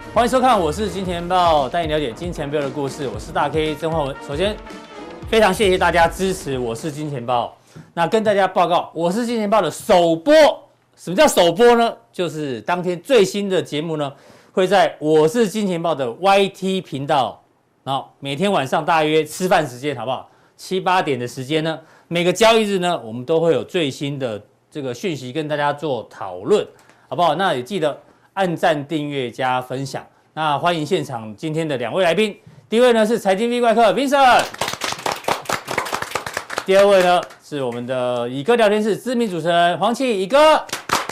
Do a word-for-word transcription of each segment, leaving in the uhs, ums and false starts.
欢迎收看，我是金钱豹，带你了解金钱豹的故事。我是大 K 曾焕文。首先，非常谢谢大家支持我是金钱豹。那跟大家报告，我是金钱豹的首播。什么叫首播呢？就是当天最新的节目呢，会在我是金钱豹的 Y T 频道，然后每天晚上大约吃饭时间，好不好？七八点的时间呢，每个交易日呢，我们都会有最新的这个讯息跟大家做讨论，好不好？那也记得按赞、订阅、加分享。那欢迎现场今天的两位来宾，第一位呢是财经 V 怪客 Vincent， 第二位呢是我们的乙哥聊天室知名主持人黄启乙哥。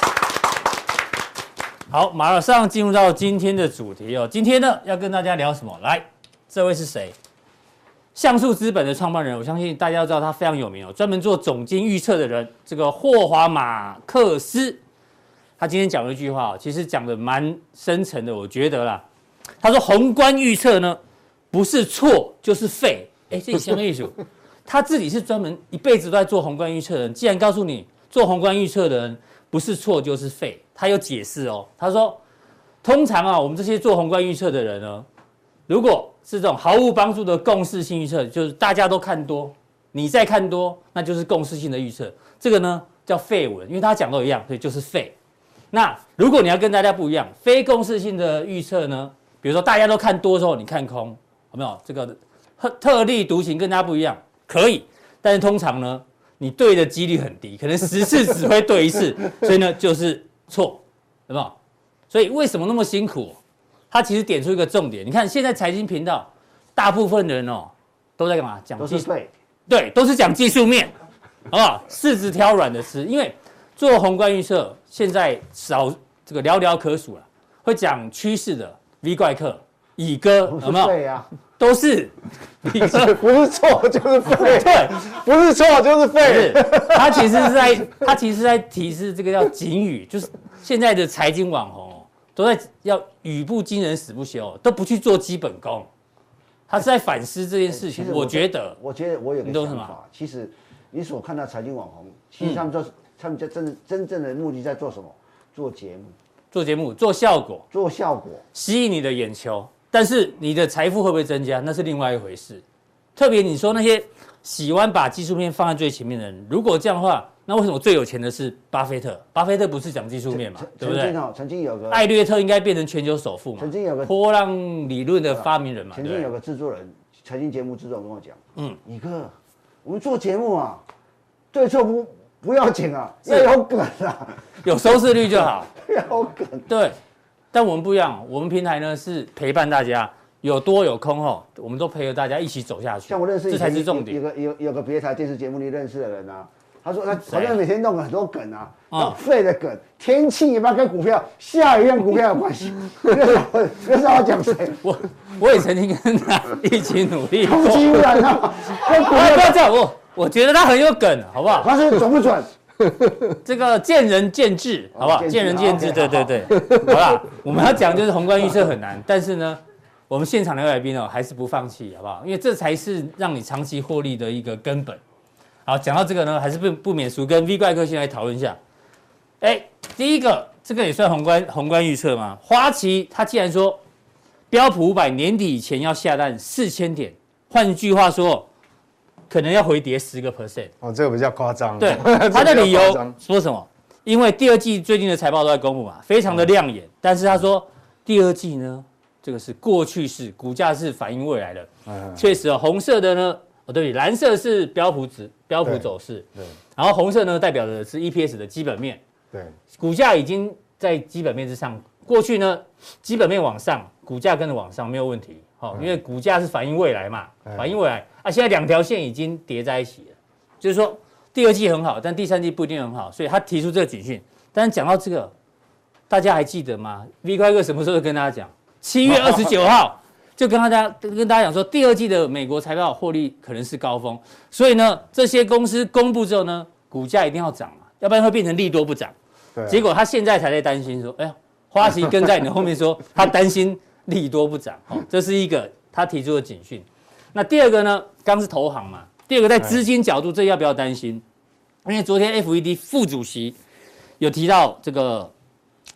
好，马上进入到今天的主题哦。今天呢要跟大家聊什么？来，这位是谁？橡树资本的创办人，我相信大家都知道他非常有名哦，专门做总经预测的人，这个霍华马克斯。他今天讲了一句话，其实讲的蛮深层的，我觉得啦。他说宏观预测呢，不是错就是废。哎，这什么意思？他自己是专门一辈子都在做宏观预测的人，既然告诉你做宏观预测的人不是错就是废，他有解释哦。他说，通常啊，我们这些做宏观预测的人呢，如果是这种毫无帮助的共识性预测，就是大家都看多，你再看多，那就是共识性的预测。这个呢叫废文，因为他讲都一样，所以就是废。那如果你要跟大家不一样，非共识性的预测呢，比如说大家都看多之后你看空，有没有这个特立独行跟大家不一样？可以，但是通常呢，你对的几率很低，可能十次只会对一次，所以呢就是错，有没有？所以为什么那么辛苦？他其实点出一个重点，你看现在财经频道大部分人哦都在干嘛？讲技术，对，都是讲技术面，好不好？柿子挑软的吃，因为做宏观预测现在少这个寥寥可数了，会讲趋势的 V 怪客、乙哥有没有？ 对呀， 都是， 不是不是错就是废， 对， 不是错就是废。 他其实是在他其实是在提示这个叫警语，就是现在的财经网红哦，都在要语不惊人死不休，都不去做基本功。他是在反思这件事情，我觉得， 我觉得我有个想法，其实你所看到财经网红，其实他们就是。他们就真的真正的目的在做什么？做节目， 做节目，做效果， 做效果， 吸引你的眼球。但是你的财富会不会增加，那是另外一回事。特别你说那些喜欢把技术面放在最前面的人，如果这样的话，那为什么最有钱的是巴菲特？巴菲特不是讲技术面嘛，对不对？ 曾经哦，曾经有个艾略特应该变成全球首富嘛， 曾经有个波浪理论的发明人嘛。 曾经有个制作人，财经节目制作人跟我讲，嗯，乙哥，我们做节目啊，对错不。不要紧啊，要有梗啊， 有收视率就好。 要梗。 对，但我们不一样，我们平台呢是陪伴大家，有多有空吼，我们都陪着大家一起走下去。 像我认识， 这才是重点。 有个有有个别台电视节目你认识的人啊，他说他好像每天弄很多梗啊，然后废的梗，天气也不跟股票，下雨跟股票有关系。那是我讲谁？ 我我也曾经跟他一起努力过。 空气污染啊， 跟股票不要这样我。我觉得他很有梗，好不好？ 他是准不准？ 这个见仁见智，好不好？见仁见智，对对对。好啦，我们要讲就是宏观预测很难，但是呢，我们现场的来宾哦还是不放弃，好不好？因为这才是让你长期获利的一个根本。好，讲到这个呢，还是不不免俗跟 V 怪客先来讨论一下。哎，第一个，这个也算宏观宏观预测吗？花旗他既然说标普五百年底以前要下探四千点，换句话说。可能要回跌十个 percent 哦，这个比较夸张。 对，他的理由说什么？因为第二季最近的财报都在公布嘛，非常的亮眼。嗯、但是他说第二季呢，这个是过去式，股价是反映未来的。嗯，确实哦，红色的呢，哦对不起，蓝色是标普指标普走势，对，然后红色呢代表的是 E P S 的基本面。 对， 股价已经在基本面之上，过去呢基本面往上，股价跟着往上没有问题。好、哦，因为股价是反映未来嘛，嗯、反映未来啊，现在两条线已经叠在一起了，就是说第二季很好，但第三季不一定很好，所以他提出这个警讯。但是讲到这个，大家还记得吗 ？V 怪客什么时候跟大家讲？七月二十九号就跟大家跟大家讲说，第二季的美国财报获利可能是高峰，所以呢，这些公司公布之后呢，股价一定要涨嘛，要不然会变成利多不涨。对、啊。结果他现在才在担心说，哎呀，花旗跟在你后面说，他担心。利多不涨，哦，这是一个他提出的警讯。那第二个呢？刚是投行嘛，第二个在资金角度，这要不要担心？因为昨天 F E D 副主席有提到这个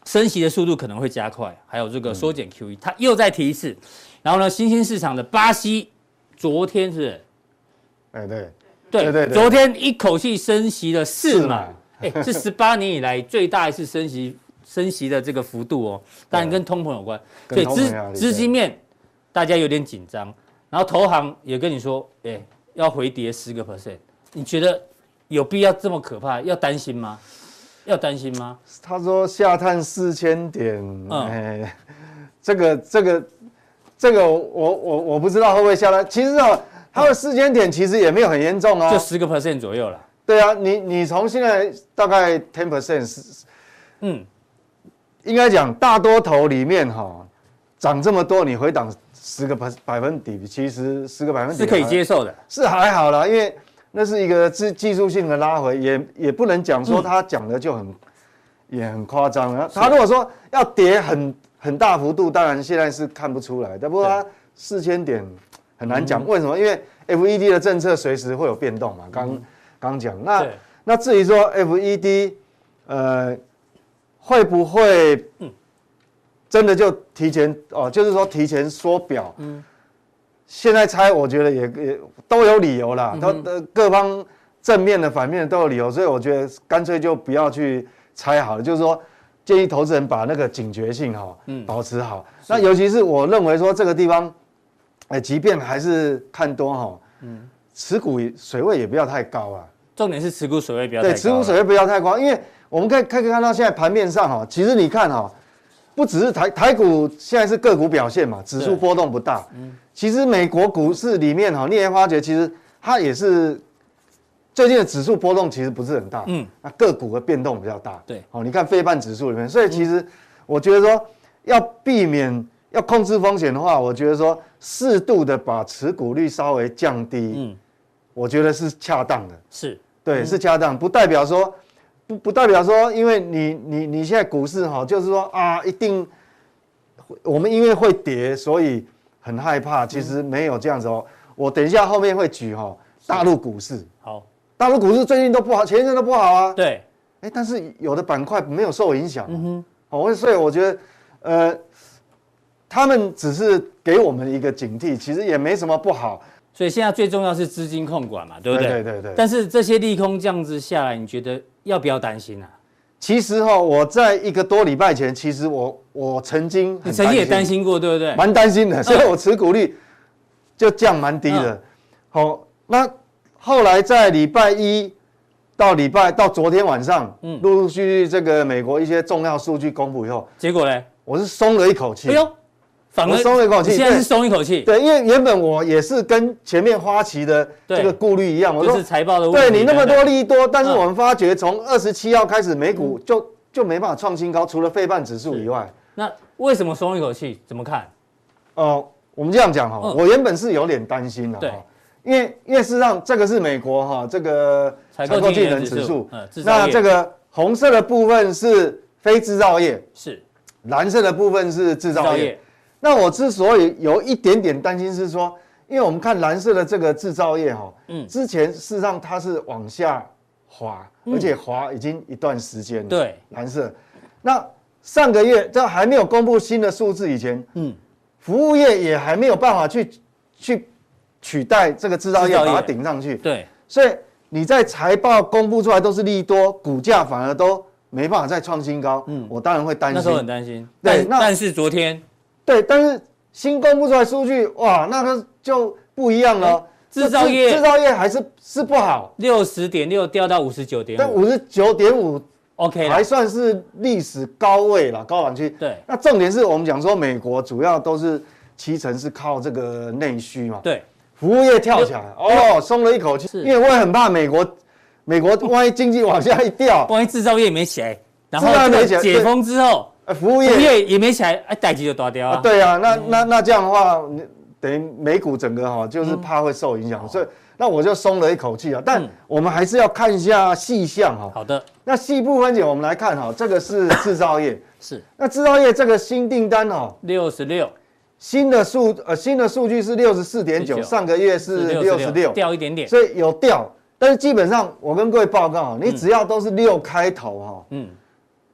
升息的速度可能会加快，还有这个缩减 Q E，、嗯、他又再提一次。然后呢，新兴市场的巴西昨天是不是？ 哎，对， 对对对对， 昨天一口气升息了四码，哎，是十八年以来最大一次升息升息的这个幅度哦，当然跟通膨有关，所以资资金面大家有点紧张，然后投行也跟你说，哎，要回跌十个 percent， 你觉得有必要这么可怕？要担心吗？要担心吗？ 他说下探四千点，嗯、哎，这个这个这个我我我不知道会不会下来。其实啊，它的四千点其实也没有很严重啊， 就十个 percent 左右了。 对啊，你你从现在大概 ten percent， 嗯，应该讲大多头里面哈、哦，涨这么多，你回档十个百分比，其实十个百分比是可以接受的， 是还好啦，因为。那是一个技技术性的拉回，也也不能讲说他讲的就很、嗯、也很夸张啊。他如果说要跌很很大幅度，当然现在是看不出来，但不过他四千点很难讲，嗯、为什么？因为 F E D 的政策随时会有变动嘛。刚刚讲，那那至于说 F E D 呃会不会真的就提前哦，就是说提前缩表？嗯。现在猜，我觉得也也都有理由啦，都、嗯、各方正面的、反面的都有理由，所以我觉得干脆就不要去猜好了。就是说，建议投资人把那个警觉性哈、喔嗯、保持好。那尤其是我认为说这个地方，哎、欸，即便还是看多哈、喔，嗯，持股水位也不要太高啊。 重点是持股水位不要太高。 对，持股水位不要太高，因为我们可以可以看到现在盘面上哈、喔，其实你看哈、喔，不只是台台股现在是个股表现嘛，指数波动不大。嗯。其实美国股市里面哈，你也发觉其实它也是最近的指数波动其实不是很大，嗯，那个股的变动比较大， 对， 好，你看费半指数里面，所以其实我觉得说要避免要控制风险的话，我觉得说适度的把持股率稍微降低，嗯，我觉得是恰当的， 是， 对，是恰当，不代表说不不代表说，因为你你你现在股市哈，就是说啊，一定我们因为会跌，所以很害怕，其实没有这样子哦。我等一下后面会举哈大陆股市， 好， 大陆股市最近都不好，前一阵都不好啊。 对， 哎，但是有的板块没有受影响，嗯哼，哦，所以我觉得，呃，他们只是给我们一个警惕，其实也没什么不好。 所以现在最重要是资金控管嘛，对不对？ 对对 对, 对。 但是这些利空这样子下来，你觉得要不要担心啊？ 其实哈，我在一个多礼拜前，其实我我曾经你曾经也担心过，对不对？ 蛮担心的，所以我持股率就降蛮低的。好、嗯，那后来在礼拜一到礼拜到昨天晚上，嗯，陆陆续续这个美国一些重要数据公布以后， 结果呢， 我是松了一口气。 哎呦，反而松了一口气， 现在是松一口气。 对，因为原本我也是跟前面花旗的这个顾虑一样，我说就是财报的问题。 对你那么多利多，但是我们发觉从二十七号开始，美股就就没办法创新高，除了费半指数以外。 那为什么松一口气？怎么看？ 哦，我们这样讲哈，我原本是有点担心的，对，因为因为事实上这个是美国哈这个采购经理人指数，那这个红色的部分是非制造业，是蓝色的部分是制造业。那我之所以有一点点担心是说，因为我们看蓝色的这个制造业哈，嗯，之前事实上它是往下滑，而且滑已经一段时间了， 对， 蓝色。那上个月在还没有公布新的数字以前，嗯，服务业也还没有办法去去取代这个制造业，把它顶上去， 对， 所以你在财报公布出来都是利多，股价反而都没办法再创新高，嗯，我当然会担心， 那时候很担心，对，那但是昨天。 对，但是新公布出来数据，哇，那个就不一样了。 制造业， 制造业还是是不好， 六十点六掉到五十九点五， 但五十九点五 ，OK， 还算是历史高位了，高档区。 对， 那重点是我们讲说，美国主要都是七成是靠这个内需嘛。 对， 服务业跳起来，哦，松了一口气，因为我也很怕美国，美国万一经济往下一掉， 万一制造业没起来，然后这个解封之后。 服务业服务业也没起来，哎，代级就大掉啊。 对啊，那那那这样的话，等于美股整个哈，就是怕会受影响，所以那我就松了一口气啊。但我们还是要看一下细项哈。 好的， 那细部分解我们来看哈，这个是制造业， 是那制造业这个新订单哈， 六十六， 新的数呃新的数据是六十四点九，上个月是六十六， 掉一点点， 所以有掉，但是基本上我跟各位报告，你只要都是六开头哈，嗯。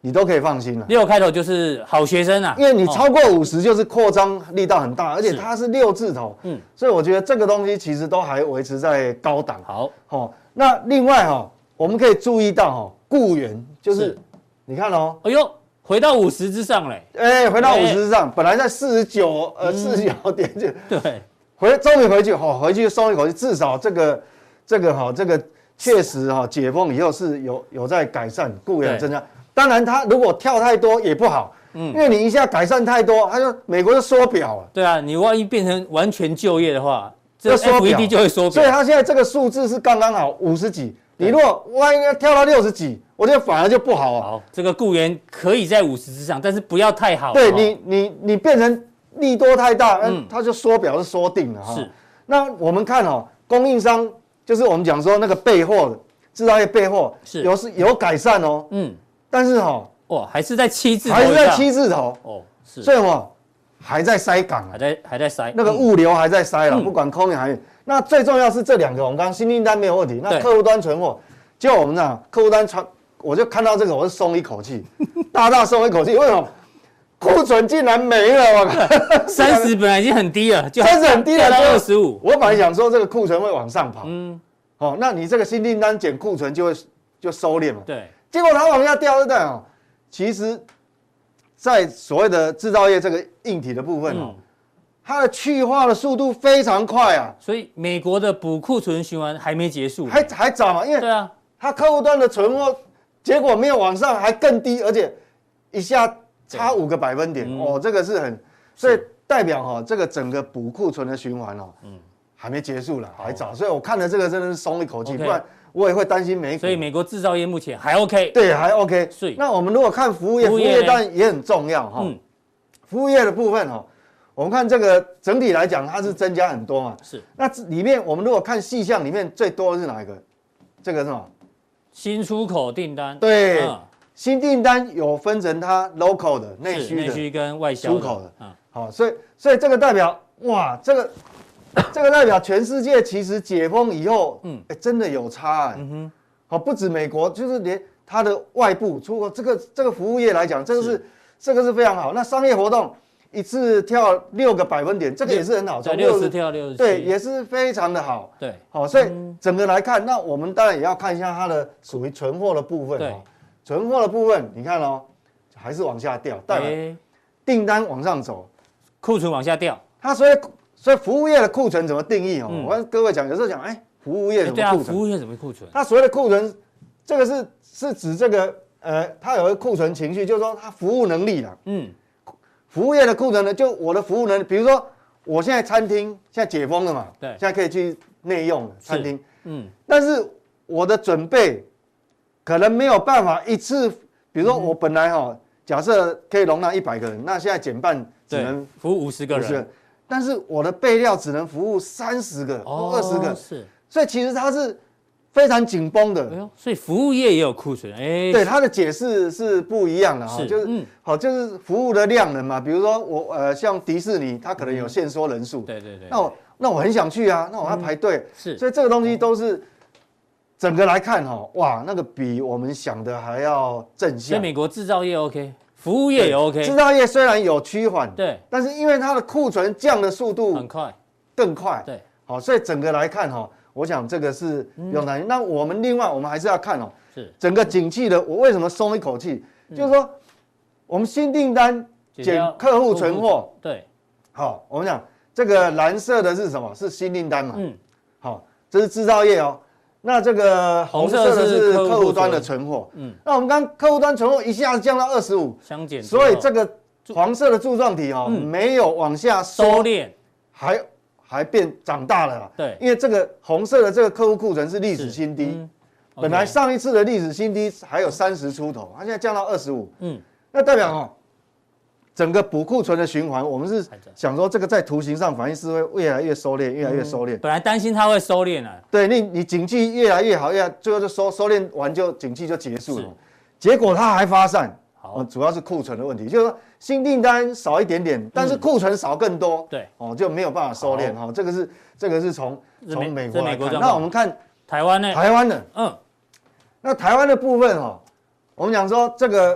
你都可以放心了。 六开头就是好学生啊， 因为你超过五十就是扩张力道很大，而且它是六字头，嗯，所以我觉得这个东西其实都还维持在高档。 好， 哦，那另外哈、哦，我们可以注意到哈、哦，固元就是你看哦， 哎呦，回到五十之上嘞， 哎，回到五十之上，本来在四十九呃四十九点就对， 回终于回去，好、哦，回去松一口气，至少这个这个哈、哦、这个确实哈、哦、解封以后是有有在改善，固元增加。当然，它如果跳太多也不好，嗯，因为你一下改善太多，它就美国就缩表了。 对啊，你万一变成完全就业的话，这 F E D 就会缩表。 所以它现在这个数字是刚刚好五十几，你如果万一跳到六十几，我觉得反而就不好啊。 好，这个雇员可以在五十之上，但是不要太好。 对你，你你变成利多太大，嗯，它就缩表是缩定了哈。是。那我们看哦，供应商就是我们讲说那个备货，制造业备货是有是有改善哦，嗯。但是哈、 哦，哇，还是在七字头， 还是在七字头哦，是， 所以嘛，还在塞港、啊， 还在还在塞， 那个物流还在塞了，嗯、不管空运海运。那最重要是这两个，我们刚刚新订单没有问题，那客户端存货，就我们讲客户端传，我就看到这个，我是松一口气，大大松一口气，为什么？库存竟然没了，我靠！ 三十本来已经很低了，就三十很低了， 到二十五。 我本来想说这个库存会往上跑，嗯，哦，那你这个新订单减库存就会就收敛嘛， 对。 结果它往下掉，对不对哦？其实，在所谓的制造业这个硬体的部分哦，嗯、它的去化的速度非常快啊。 所以美国的补库存循环还没结束， 还还早嘛？因为对啊， 它客户端的存货结果没有往上，还更低，而且一下差五个百分点、嗯、哦，这个是很，所以代表哈、哦，这个整个补库存的循环哦，嗯，还没结束了，还早。所以我看了这个真的是松一口气， okay. 不然。我也会担心美股， 所以美国制造业目前还 OK， 对，还 OK。那我们如果看服务业，服务业当然也很重要哈。嗯，服务业的部分哈，我们看这个整体来讲，它是增加很多嘛。是。那里面我们如果看细项里面最多的是哪一个？这个是什么？ 新出口订单。 对，嗯、新订单有分成它 local 的内需的、 内需跟外销出口的。嗯，好，所以所以这个代表哇，这个。这个代表全世界其实解封以后，嗯，哎，真的有差哎，嗯哼，好，不止美国，就是连它的外部出口这个这个服务业来讲，这个是这个是非常好。那商业活动一次跳六个百分点，这个也是很好， 从六十跳六十， 对，也是非常的好， 对， 好，所以整个来看，那我们当然也要看一下它的属于存货的部分，哦，存货的部分，你看哦，还是往下掉，代表订单往上走， 库存往下掉， 它所以。所以服务业的库存怎么定义哦？嗯、我跟各位讲，有时候讲，哎，服务业怎么库存？ 对啊，服务业怎么库存？ 它所谓的库存，这个是是指这个呃，它有一个库存情绪，就是说它服务能力啦。嗯，服务业的库存呢，就我的服务能力，比如说我现在餐厅现在解封了嘛，对，现在可以去内用了餐厅，嗯，但是我的准备可能没有办法一次，比如说我本来哈、哦，假设可以容纳一百个人，那现在减半只能服务五十个人。 但是我的备料只能服务三十个或二十个，是，所以其实它是非常紧绷的。哎呦， 所以服务业也有库存，哎， 对，它的解释是不一样的哈，就是，嗯，好，就是服务的量能嘛。比如说我呃，像迪士尼，它可能有限缩人数， 对对对。 那我那我很想去啊，那我要排队，是，所以这个东西都是整个来看哈，哇，那个比我们想的还要正向。 所以美国制造业 OK。服务业也 OK， 制造业虽然有趋缓， 对， 但是因为它的库存降的速度很快， 更快， 对， 好，所以整个来看哈，我想这个是不用担心。那我们另外我们还是要看哦，是整个景气的，我为什么松一口气？就是说我们新订单减客户存货， 对， 好，我们讲这个蓝色的是什么？是新订单嘛，嗯，好，这是制造业哦。那这个红色的是客户端的存货，嗯，那我们刚客户端存货一下子降到二十五， 相减， 所以这个黄色的柱状体哦，嗯、没有往下收敛， 还还变长大了啦。 对， 因为这个红色的这个客户库存是历史新低，嗯、本来上一次的历史新低还有三十出头，它现在降到二十五，嗯，那代表哦。整个补库存的循环，我们是想说这个在图形上反映是会越来越收敛，越来越收敛。 本来担心它会收敛了， 对你你景气越来越好，越来最后就收收敛完就景气就结束了，结果它还发散。好，主要是库存的问题，就是说新订单少一点点，但是库存少更多，对，哦就没有办法收敛哈。这个是这个是从从美国来看，那我们看台湾呢？ 台湾的，嗯，那台湾的部分哈，我们讲说这个。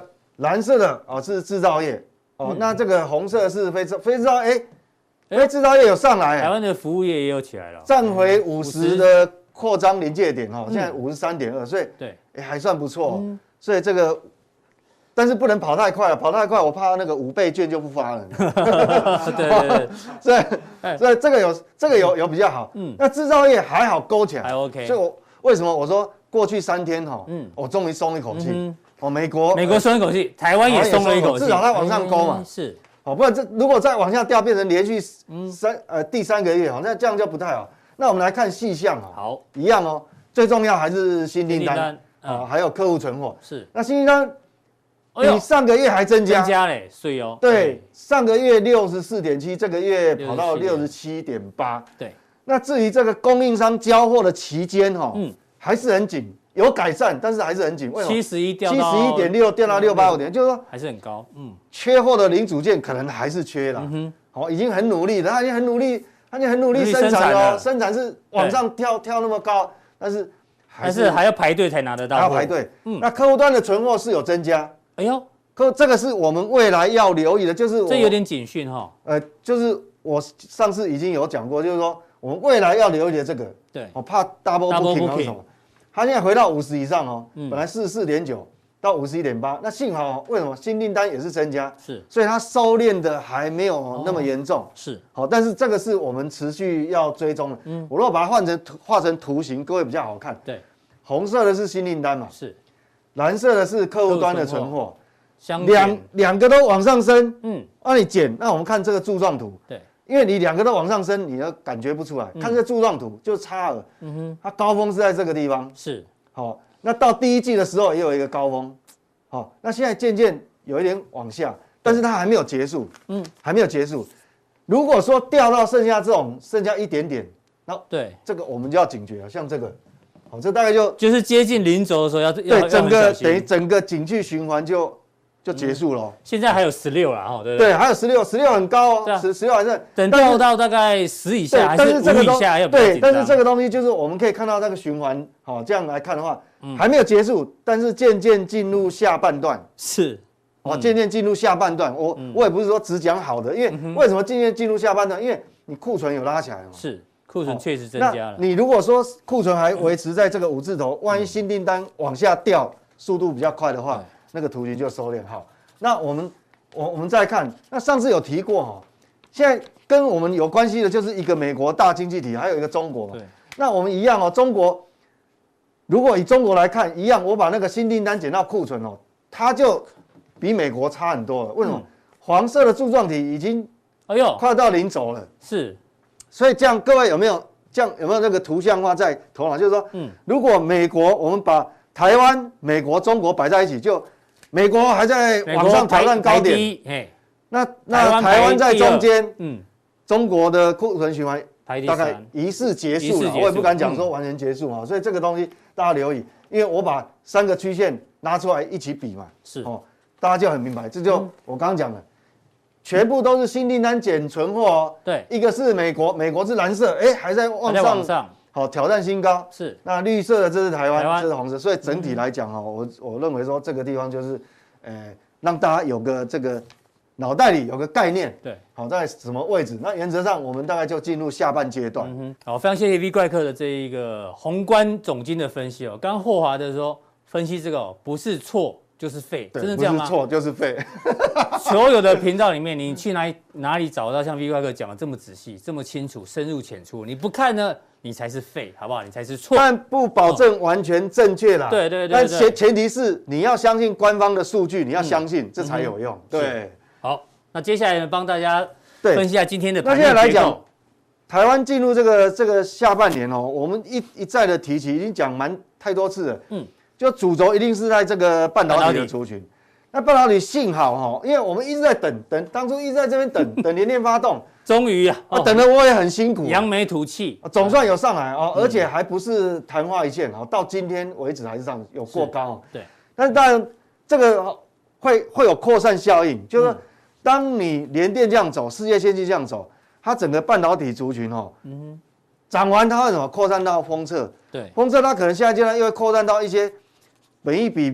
蓝色的哦是制造业哦，嗯、那这个红色是非制非制造，哎，非制造业有上来， 台湾的服务业也有起来了， 站回五十的扩张临界点哦，现在五十三点二，所以对，哎还算不错、哦嗯，所以这个。但是不能跑太快了，跑太快我怕那个五倍券就不发了。 对对对， 所以所以这个有这个有有比较好。嗯，那制造业还好勾起来， 还 OK。 所以我为什么我说过去三天哈，嗯，我终于松一口气。嗯，哦，美国美国松一口气，台湾也松了一口气， 至少它往上勾嘛。 是， 哦，不然这如果再往下掉，变成连续三呃第三个月，好，那这样就不太好。那我们来看细项啊， 好， 一样哦，最重要还是新订单啊，还有客户存货。 是， 那新订单。比上个月还增加， 增加嘞，税哦。 对，上个月六十四点七，这个月跑到六十七点八。 对， 那至于这个供应商交货的期间哈，嗯，还是很紧，有改善，但是还是很紧。为什么？ 七十一掉七十一点六掉到六八五点，就是说还是很高。嗯， 缺货的零组件可能还是缺了。嗯哼，好，已经很努力了，他已经很努力，他已经很努力生产了，生产是往上跳跳那么高，但是还是还要排队才拿得到， 还要排队。嗯，那客户端的存货是有增加。 哎呦， 可这个是我们未来要留意的，就是这有点警讯哈。 呃，就是我上次已经有讲过，就是说我们未来要留意的这个， 对， 我怕 double booking 为什么？它现在回到五十以上哦，嗯、本来四十四点九到五十一点八，那幸好为什么新订单也是增加， 是， 所以它收敛的还没有那么严重，哦、 是， 好，但是这个是我们持续要追踪的。嗯，我如果把它换成画成图形，各位比较好看。 对， 红色的是新订单嘛， 是。 蓝色的是客户端的存货， 两两个都往上升，嗯，那你减，那我们看这个柱状图， 对， 因为你两个都往上升，你要感觉不出来，嗯、看这柱状图就差了，嗯哼，它高峰是在这个地方， 是， 好，那到第一季的时候也有一个高峰，好，那现在渐渐有一点往下，但是它还没有结束，嗯，还没有结束，如果说掉到剩下这种剩下一点点，那对这个我们就要警觉了，像这个。哦，这大概就就是接近零轴的时候要对整个等于整个景气循环就就结束了。 现在还有十六了哈，对不对？对，还有十六，十六很高哦，十十六还是等掉到大概十以下，还是五以下要比较紧张。 对，但是这个东西就是我们可以看到那个循环，好这样来看的话，还没有结束，但是渐渐进入下半段。 是， 哦，渐渐进入下半段。我我也不是说只讲好的，因为为什么渐渐进入下半段？因为你库存有拉起来嘛。 是。库存确实增加了。 你如果说库存还维持在这个五字头，万一新订单往下掉，速度比较快的话，那个图形就收敛好。那我们我我们再看，那上次有提过哈，现在跟我们有关系的就是一个美国大经济体，还有一个中国嘛。对。那我们一样哦，中国如果以中国来看，一样，我把那个新订单减到库存哦，它就比美国差很多了。为什么？嗯、黄色的柱状体已经哎呦快到零轴了。 是。 所以这样，各位有没有这样有没有那个图像化在头脑？就是说，嗯，如果美国我们把台湾、美国、中国摆在一起，就美国还在往上挑战高点，那那台湾在中间，嗯，中国的库存循环大概疑似结束了，我也不敢讲说完全结束啊。所以这个东西大家留意，因为我把三个曲线拿出来一起比嘛， 是哦， 大家就很明白。这就我刚刚讲的。全部都是新订单减存货哦。 对， 一个是美国，美国是蓝色，哎，还在往上， 往上， 好挑战新高。 是， 那绿色的这是台湾，台湾这是红色，所以整体来讲哦，我我认为说这个地方就是，呃，让大家有个这个脑袋里有个概念。 对， 好在什么位置？那原则上我们大概就进入下半阶段。嗯哼，好，非常谢谢 V 怪客的这一个宏观总经的分析哦。刚刚霍华德说分析这个哦，不是错。就是废，真的这样吗？ 不是错就是废。 所有的频道里面，你去哪里哪里找到像 V 怪客讲的这么仔细、这么清楚、深入浅出？你不看呢，你才是废，好不好？你才是错。 但不保证完全正确啦。 对对对。 但前前提是你要相信官方的数据，你要相信这才有用。对。 好，那接下来呢，帮大家分析一下今天的盘面结构。那现在来讲，台湾进入这个这个下半年哦，我们一一再的提起，已经讲蛮太多次了。嗯。就主轴一定是在这个半导体的族群，那半导体幸好哈，因为我们一直在等等，当初一直在这边等等联电发动， 终于啊， 哦、等的我也很辛苦， 扬眉吐气， 总算有上来哦，而且还不是昙花一现哦，到今天为止还是上有过高哦， 对， 但是当然这个会会有扩散效应，就是说当你联电这样走，世界先进这样走，它整个半导体族群哦，嗯哼，涨完它会怎么扩散到封测？ 对， 封测它可能下一阶段又会扩散到一些本益比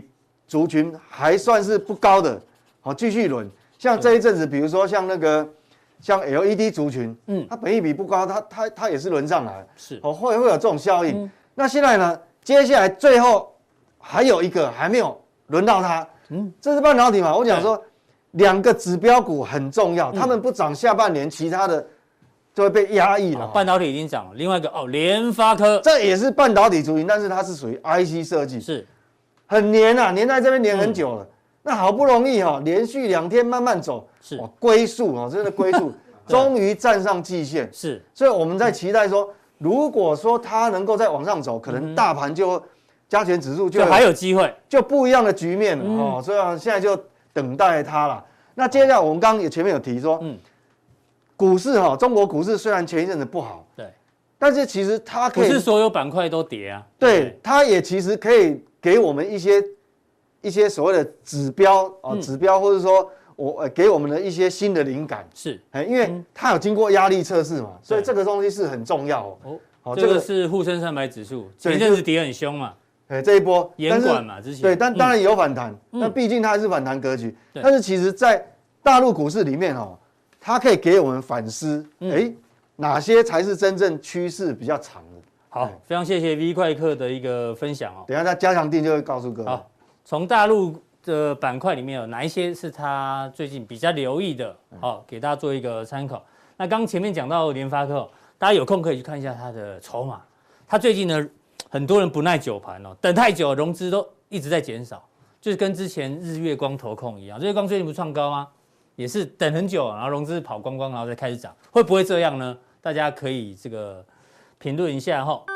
族群还算是不高的，好继续轮。像这一阵子，比如说像那个像 L E D 族群，嗯，它本益比不高，它它它也是轮上来， 是哦，会会有这种效应。嗯、那现在呢，接下来最后还有一个还没有轮到它，嗯，这是半导体嘛？我讲说两个指标股很重要，他们不涨，下半年其他的就会被压抑了。 半导体已经涨了，另外一个哦，联发科， 这也是半导体族群，但是它是属于 I C 设计， 是很黏啊，黏在这边黏很久了。嗯那好不容易哦，连续两天慢慢走， 是哦，龟速哦，真的龟速，终于站上季线， 是， 所以我们在期待说，如果说它能够再往上走，可能大盘就加权指数就还有机会， 就不一样的局面了、嗯、哦，所以现在就等待它了。那接下来我们刚刚也前面有提说，嗯，股市哈、哦，中国股市虽然前一阵子不好， 对， 但是其实它可以不是所有板块都跌啊， 对，对它也其实可以给我们一些。一些所谓的指标啊、嗯，指标或者说我呃给我们的一些新的灵感是， 哎，因为它有经过压力测试嘛，所以这个东西是很重要哦。 哦，哦这个是沪深三百指数，前一阵子跌很凶嘛， 哎，这一波严管嘛，之前对，但当然也有反弹， 嗯、 但毕竟它还是反弹格局。但是其实，在大陆股市里面哦，它可以给我们反思，哎、嗯，哪些才是真正趋势比较长的。 好，非常谢谢 V 怪客的一个分享哦。 等一下他加强定就会告诉各位。 好。从大陆的板块里面有哪一些是他最近比较留意的？好，给大家做一个参考。那刚前面讲到联发科，大家有空可以去看一下它的筹码。它最近呢，很多人不耐久盘哦，等太久，融资都一直在减少，就是跟之前日月光投控一样。日月光最近不创高吗？也是等很久，然后融资跑光光，然后再开始涨，会不会这样呢？大家可以这个评论一下哈。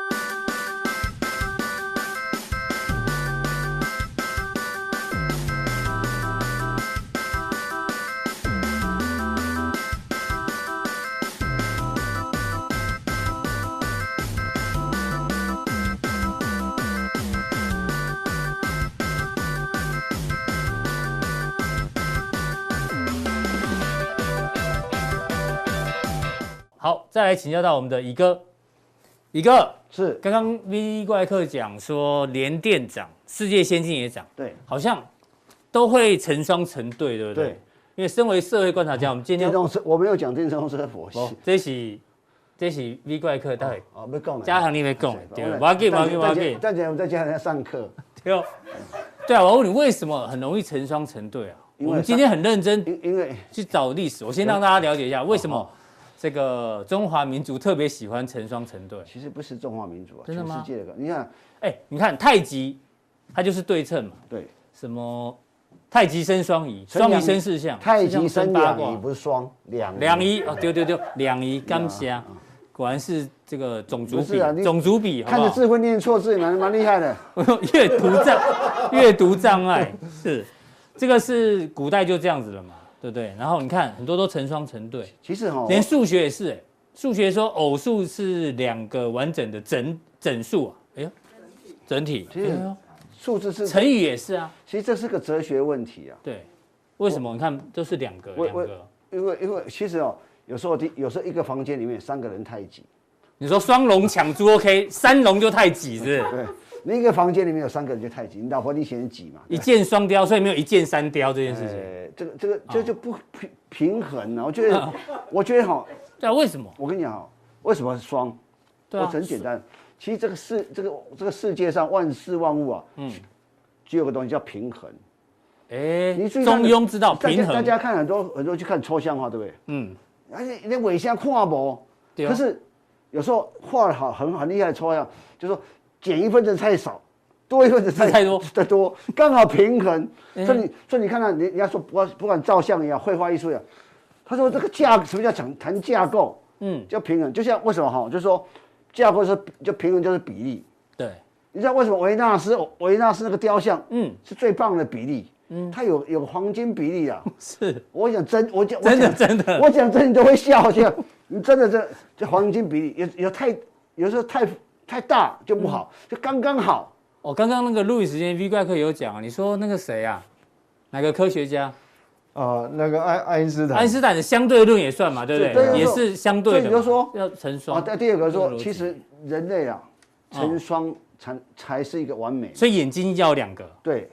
好，再来请教到我们的乙哥，乙哥是刚刚 V 怪客讲说联电涨，世界先进也涨， 对， 好像都会成双成对，对不对？ 对， 因为身为社会观察家，我们今天电动车我没有讲电动车佛系， 这是这是 V 怪客，待会哦，没讲， 加强你没讲，对，我要给，我要给，我要给， 再讲我们再加上上课， 对哦，对啊，我问你为什么很容易成双成对啊？我们今天很认真， 因因为去找历史，我先让大家了解一下为什么。这个中华民族特别喜欢成双成对， 其实不是中华民族啊， 真的吗？ 全世界的，你看， 哎，你看太极，它就是对称嘛， 对， 什么太极生双仪，双仪生四象， 太极生两仪不是双两两仪哦，对对对，两仪刚虾，果然是这个种族比，种族比， 看着字会念错字，蛮蛮厉害的， 阅读障阅读障碍是，这个是古代就这样子了嘛。对不对？然后你看很多都成双成对， 其实哈， 连数学也是哎，数学说偶数是两个完整的整整数啊，哎呦，整体， 其实数字是成语也是啊， 其实这是个哲学问题啊。 对，为什么？你看都是两个两个， 因为因为其实哦，有时候有时候一个房间里面三个人太挤， 你说双龙抢珠 OK， 三龙就太挤是不是？ 对。你一个房间里面有三个人就太挤，你老婆你嫌挤嘛？ 一箭双雕，所以没有一箭三雕这件事情。 呃、这个这个这就不平平衡了。我觉得，我觉得哈， 对啊，为什么？ 我跟你讲哈，为什么是双？对啊，很简单。其实这个世这个这个世界上万事万物啊，嗯，就有个东西叫平衡。 哎，你中庸之道，平衡。 大家看很多很多去看抽象画，对不对？嗯。而且连尾象看不，可是有时候画的好很很厉害的抽象，就是说。减一分子太少，多一分子太太多， 太多，刚好平衡。所以你，所以你看到人家说，不管不管照相也好，绘画艺术也好，他说这个架什么叫讲谈架构？嗯，叫平衡。就像为什么哈，就是说架构是就平衡就是比例。 对， 你知道为什么维纳斯维纳斯那个雕像，嗯，是最棒的比例。嗯，它有有黄金比例啊。 是， 我讲真，我讲真的真的， 我讲真你都会笑，这样你真的这这黄金比例有有太有时候太。太大就不好，嗯、就刚刚好。 哦，刚刚那个录影时间 V 怪客有讲，你说那个谁啊，哪个科学家？ 呃，那个爱爱因斯坦。 爱因斯坦的相对论也算嘛，对不对？对也是相对的。 所以你就说要成双。 啊，第二个说，其实人类啊，成双才才是一个完美。 所以眼睛要两个。 对。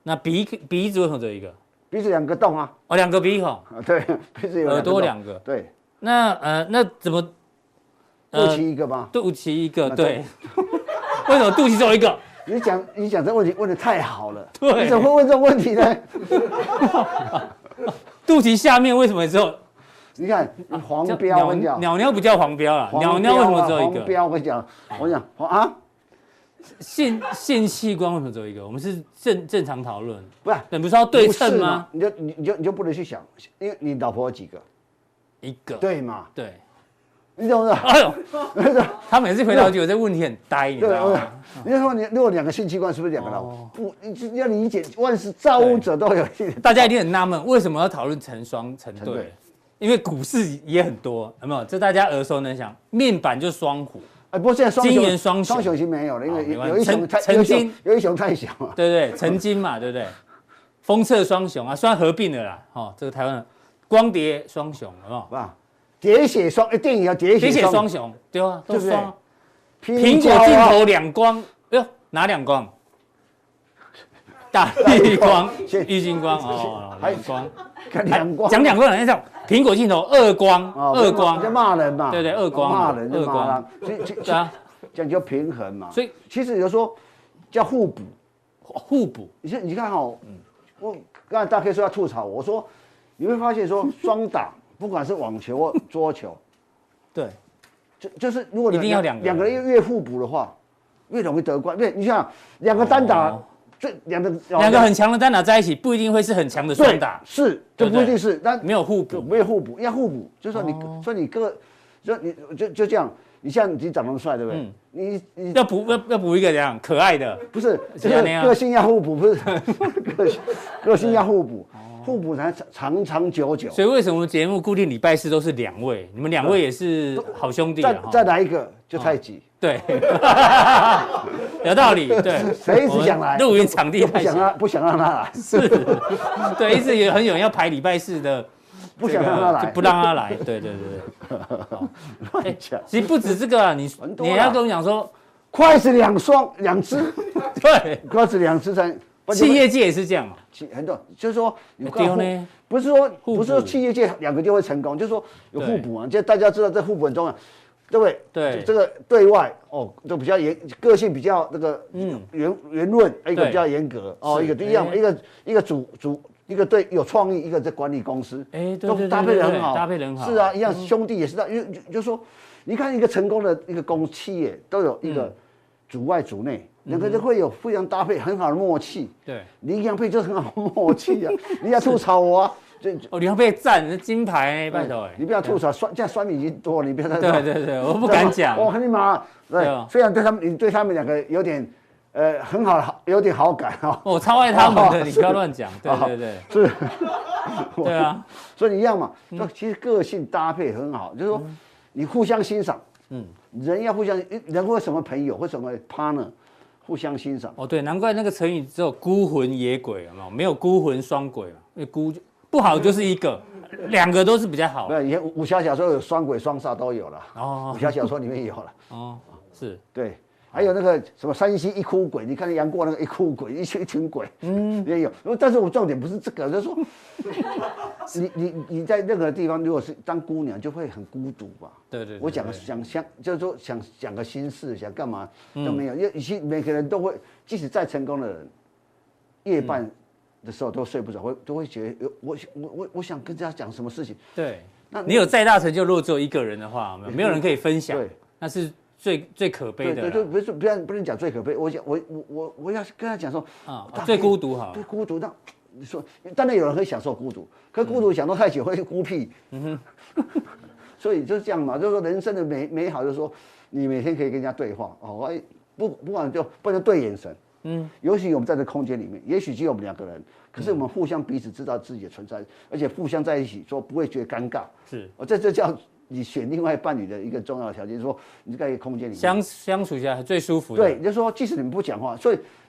那鼻鼻子为什么只有一个？ 鼻子两个洞啊。 哦，两个鼻孔。 对，鼻子有耳朵两个。 对。 那呃，那怎么？ 肚脐一个吗？ 肚脐一个，对。为什么肚脐只有一个？ 你讲你讲这问题问得太好了。 对。 你怎么会问这个问题呢？ 肚脐下面为什么只有？ 你看黄标，我跟你讲， 鸟鸟不叫黄标啦，鸟鸟为什么只有一个？ 黄标，我跟你讲，我讲啊， 性性器官为什么只有一个？我们是正正常讨论， 不是？ 你不是要对称吗？ 你就你你就你就不能去想，因为你老婆有几个？ 一个。 对嘛？ 对。 你懂不懂？ 哎呦，他每次回答就有这问题很呆，你知道吗？ 你说你如果两个性器官是不是两个老婆？不，你要理解万事造物者都有。 大家一定很纳闷，为什么要讨论成双成对？因为股市也很多，有没有？这大家耳熟能详，面板就双虎。 哎，不过现在双金元双雄， 双雄已经没有了，因为有一雄太曾经有一雄太小了。 对对，曾经嘛，对不对？封测双雄啊，虽然合并了啦，哦，这个台湾光碟双雄，有没有？ 啊，喋血双，电影要喋血双雄，对啊，都双。 苹果镜头两光，哎呦，哪两光？大力光、玉晶光哦，两光。 两光讲两光，人家讲苹果镜头二光，二光就骂人嘛， 对对，二光骂人， 二光， 对啊，这样叫平衡嘛。 所以其实有时候叫互补， 互补。 你看，你看哈，我刚才大 K 说要吐槽我，我说你会发现说双打，不管是网球或桌球， 对， 就就是如果一定要两两个人越互补的话，越容易得冠。对，你想两个单打。这两个两个很强的单打在一起，不一定会是很强的双打， 是，这不一定是，但没有互补， 没有互补，要互补，就是说你，说你各，就你就就这样，你像你长那么帅，对不对？你你要补要要补一个这样可爱的， 不是，就是个性要互补，不是个性个性要互补，互补才长长久久。 所以为什么我们节目固定礼拜四都是两位？你们两位也是好兄弟， 再再来一个就太极。 对，有道理。对， 谁一直想来？ 录音场地不想让不想让他来。 是，对，一直也很有人要排礼拜四的， 不想让他来， 就不让他来。对对对对。哎，其实不止这个啊，你你要跟我讲说， 筷子两双两只， 对， 筷子两只才。 企业界也是这样嘛， 很多就是说， 你看呢， 不是说不是说企业界两个就会成功，就是说有互补啊，就大家知道这互补很重要。对不对？ 对， 这个对外哦，都比较严，个性比较那个嗯圆圆润，一个比较严格哦，一个一样，一个一个主主一个对有创意，一个在管理公司， 哎， 都搭配的很好， 搭配的很好。 是啊，一样兄弟也是的，因为就说你看一个成功的一个公企业都有一个主外主内，两个人会有互相搭配很好的默契。 对， 林洋配就是很好的默契啊，你要吐槽我啊。 哦，你要被赞金牌，拜托哎！ 你不要吐槽酸，现在酸民已经多了，你不要再。 对对对，我不敢讲。 我跟你妈，对，虽然对他们，你对他们两个有点，呃，很好，有点好感哦。 我超爱他们的，你不要乱讲。对对对， 是。 对啊， 所以你一样嘛，说其实个性搭配很好，就是说你互相欣赏。嗯，人要互相，人会什么朋友，会什么 partner， 互相欣赏。 哦，对，难怪那个成语只有孤魂野鬼，有没有？没有孤魂双鬼嘛？因为孤就。不好就是一个，两个都是比较好。 对，以前武侠小说有双鬼双煞都有了。哦，武侠小说里面有了。 哦，是， 对，还有那个什么山西一哭鬼，你看杨过那个一哭鬼，一群一群鬼，嗯，也有。但是我重点不是这个，就是说，你你你在任何地方，如果是当姑娘，就会很孤独吧？ 对对。 我讲想想，就是说想讲个心事，想干嘛都没有，因为以前每个人都会，即使再成功的人，夜半。的时候都睡不着，会都会觉得我我我我想跟大家讲什么事情。 对，那你有再大成就，如果只有一个人的话，没有没有人可以分享，对，那是最最可悲的。 对对，不是不要不能讲最可悲，我讲我我我我要跟他讲说啊，最孤独好， 最孤独。那你说，当然有人会享受孤独，可孤独享受太久会孤僻。嗯哼，所以就是这样嘛，就是说人生的美美好，就是说你每天可以跟人家对话哦，不不管就不能对眼神。嗯，尤其我们在这空间里面，也许只有我们两个人，可是我们互相彼此知道自己的存在，而且互相在一起，说不会觉得尴尬。 是， 哦，这这叫你选另外伴侣的一个重要条件，说你在一个空间里面相相处起来最舒服的。 对，就是说即使你们不讲话，所以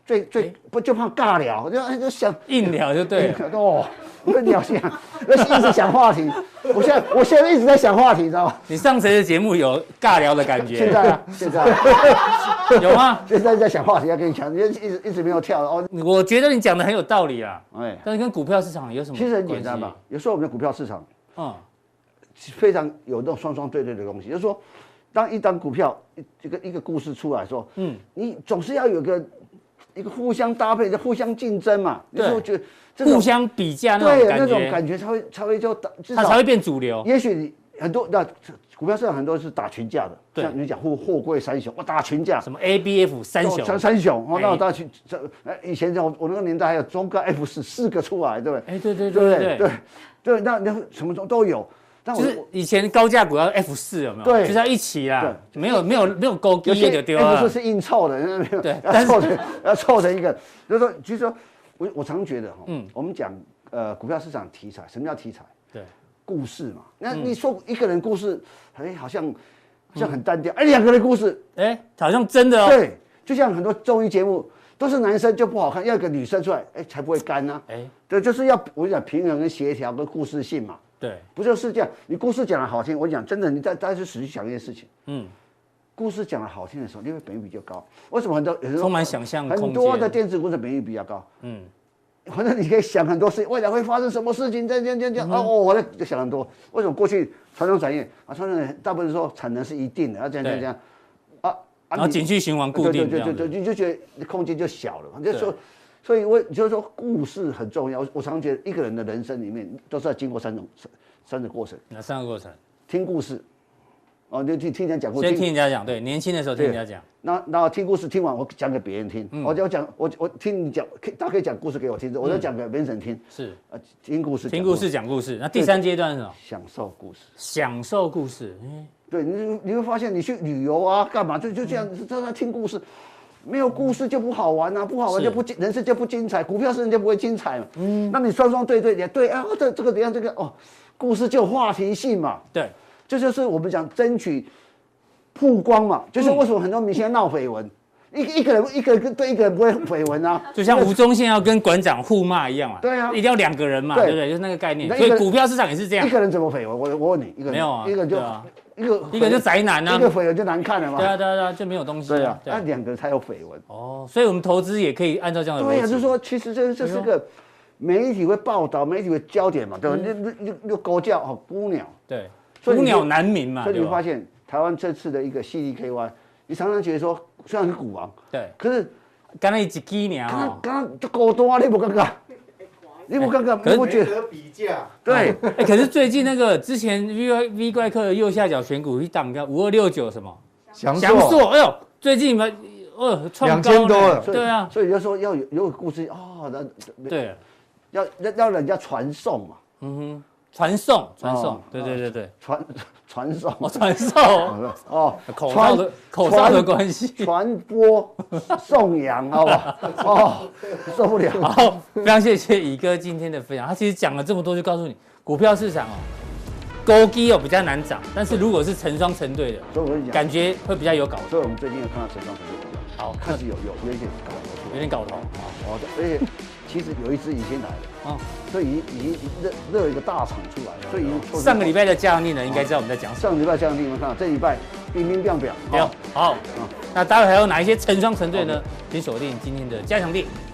最最不就怕尬聊，就就想硬聊就对了。 哦，我聊想，我一直想话题。我现在我现在一直在想话题，你知道吗？ 你上谁的节目有尬聊的感觉？ 现在啊，现在有吗？ 现在在想话题，要跟你讲，一直一直没有跳哦。 我觉得你讲的很有道理啊。 哎， 但是跟股票市场有什么？ 其实很简单嘛。有时候我们的股票市场， 嗯， 非常有那种双双对对的东西，就是说，当一张股票一个一个故事出来说，嗯，你总是要有个。一个互相搭配的、互相竞争嘛，你说觉得互相比价那种感觉， 对那种感觉才会才会就它才会变主流。 也许你很多那股票市场很多是打群架的，像你讲货货柜三雄，我打群架， 什么 A B F 三雄， 三三雄，哦，那我打群，哎，以前我我那个年代还有中概 F 四四个出来，对不对？ 哎，对对对对对对，那那什么都有。 就是以前高价股要 F 四有没有？ 对， 就是要一起啦，没有没有没有勾机那个丢啊。 F 四是硬凑的，没有， 对， 要凑成要凑成一个。就是说，其实说，我我常觉得哈，嗯，我们讲呃股票市场题材，什么叫题材？ 对， 故事嘛。那你说一个人故事，哎，好像好像很单调，哎，两个人故事， 哎，好像真的哦。 对，就像很多综艺节目都是男生就不好看，要一个女生出来，哎，才不会干呢。哎，对，就是要我讲平衡跟协调跟故事性嘛。 对， 不就是这样？你故事讲的好听，我讲真的，你再再去仔细想一件事情，嗯，故事讲的好听的时候，因为本益比就高。为什么很多有时候充满想象空间？ 很多的电子股的本益比较高，嗯，反正你可以想很多事情，未来会发生什么事情，这样这样这样这样。哦，我在就想很多。为什么过去传统产业啊，传统产业大部分说产能是一定的，要这样这样这样，啊， 然后景气循环固定， 对对对对，你就觉得空间就小了嘛，就说。所以，我就是说，故事很重要。我常觉得，一个人的人生里面都是要经过三种三种过程。 哪三个过程？ 听故事，哦，就听听人家讲故事。 先听人家讲，对，年轻的时候听人家讲。 那那听故事听完，我讲给别人听。嗯、我就讲，我我听你讲，他可以讲故事给我听，我就讲给别人听。 是啊，听故事， 听故事讲故事。那第三阶段是什么？ 享受故事。 享受故事。嗯， 对，你你会发现，你去旅游啊，干嘛就就这样，在那听故事。没有故事就不好玩啊，不好玩就不人生就不精彩，股票市场就不会精彩嘛。嗯，那你双双对对也对啊，这这个怎样这个哦，故事就有话题性嘛。 对， 这就是我们讲争取曝光嘛，就是为什么很多明星闹绯闻，一一个人一个人对一个人不会绯闻啊， 就像吴宗宪要跟馆长互骂一样嘛。 对啊， 一定要两个人嘛，对不对？就是那个概念。所以股票市场也是这样。 一个人怎么绯闻？我我问你，一个人没有啊， 一个就。一个一个就宅男啊， 一个绯闻就难看了嘛。 对啊对啊对啊，就没有东西。 对啊，那两个才有绯闻。 哦，所以我们投资也可以按照这样的逻辑。 对啊，就是说，其实这这是个媒体会报道，媒体会焦点嘛，对吧？又又又狗叫哦，孤鸟。 对，孤鸟难鸣嘛。 所以你会发现，台湾这次的一个 C D K Y， 你常常觉得说，虽然是股王， 对， 可是刚才一几年啊， 刚刚就狗多啊，你不尴尬？你不尴尬？你不觉得比价？ 对， 哎，可是最近那个之前 V V 怪客的右下角选股一档，叫五二六九什么？ 翔硕，哎呦，最近你们呃两千多了， 对啊， 所以就说要有有故事哦， 那对， 要要人家传送嘛， 嗯哼。传送，传送，对对对对， 传传送， 哦，传送，哦，口罩的口罩的关系， 传播颂扬，好不好？哦，受不了。 好，非常谢谢乙哥今天的分享。他其实讲了这么多，就告诉你，股票市场哦，勾机哦比较难涨，但是如果是成双成对的， 所以我跟你讲， 感觉会比较有搞头。 所以我们最近有看到成双成对的， 好， 开始有有有一点搞头， 有点搞头。 好，而且其实有一只已经来了。哦，所以已已经热热一个大厂出来，所以已经上个礼拜的加强力呢，应该知道我们在讲什么。 上个礼拜加强力，你们看，这礼拜冰冰亮亮， 好，好，那待会还有哪一些成双成对呢？请锁定今天的加强力。